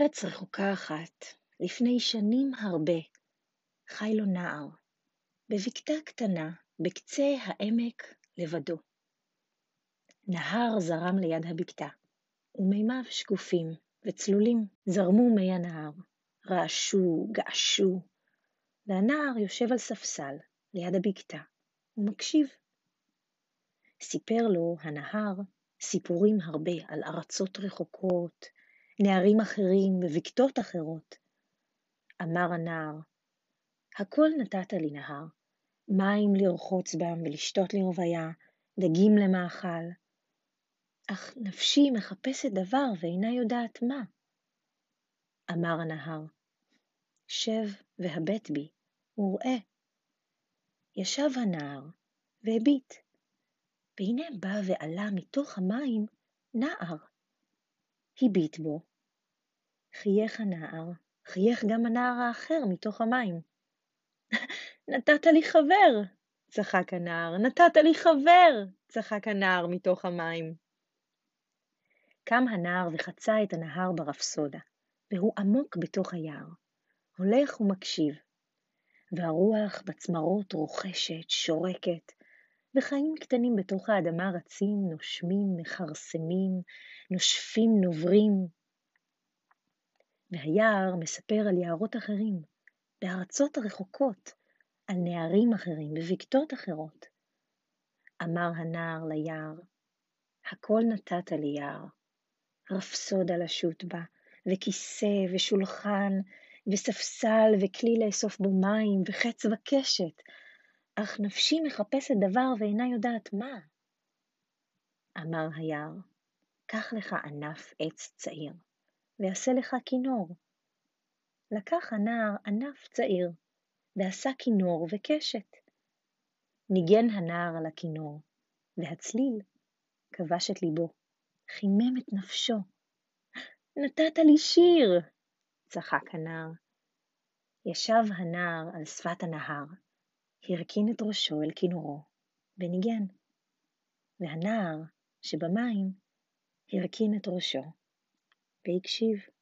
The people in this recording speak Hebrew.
בארץ רחוקה אחת, לפני שנים הרבה, חי לו נער, בבקתה קטנה, בקצה העמק לבדו. נהר זרם ליד הבקתה, ומימיו שקופים וצלולים זרמו מי הנהר, רעשו, געשו, והנער יושב על ספסל ליד הבקתה, ומקשיב. סיפר לו הנהר סיפורים הרבה על ארצות רחוקות, נערים אחרים בבקתות אחרות. אמר הנער, הכל נתת לי נהר, מים לרחוץ בם ולשתות לרוויה, דגים למאכל. אך נפשי מחפשת דבר ואינה יודעת מה. אמר הנהר, שב והבט בי וראה. ישב הנער והביט, והנה בא ועלה מתוך המים נער. הביט בו. חייך הנער, חייך גם הנער האחר מתוך המים. נתת לי חבר, צחק הנער, נתת לי חבר, צחק הנער מתוך המים. קם הנער וחצה את הנהר ברפסודה, והוא עמוק בתוך היער, הולך ומקשיב, והרוח בצמרות רוחשת, שורקת, וחיים קטנים בתוך האדמה רצים, נושמים, מחרסמים, נושפים, נוברים. והיער מספר על יערות אחרים, בארצות הרחוקות, על נערים אחרים בבקתות אחרות. אמר הנער ליער, הכל נתת לי יער, רפסודה לשוט בה, וכיסא ושולחן, וספסל וכלי לאסוף בו מים, וחץ וקשת, אך נפשי מחפשת דבר ואינה יודעת מה. אמר היער, קח לך ענף עץ צעיר, ועשה לך כינור. לקח הנער ענף צעיר, ועשה כינור וקשת. ניגן הנער על הכינור, והצליל כבש את ליבו, חימם את נפשו. נתת לי שיר, צחק הנער. ישב הנער על שפת הנהר, הרכין את ראשו אל כינורו, וניגן. והנער שבמים הרכין את ראשו, והקשיב.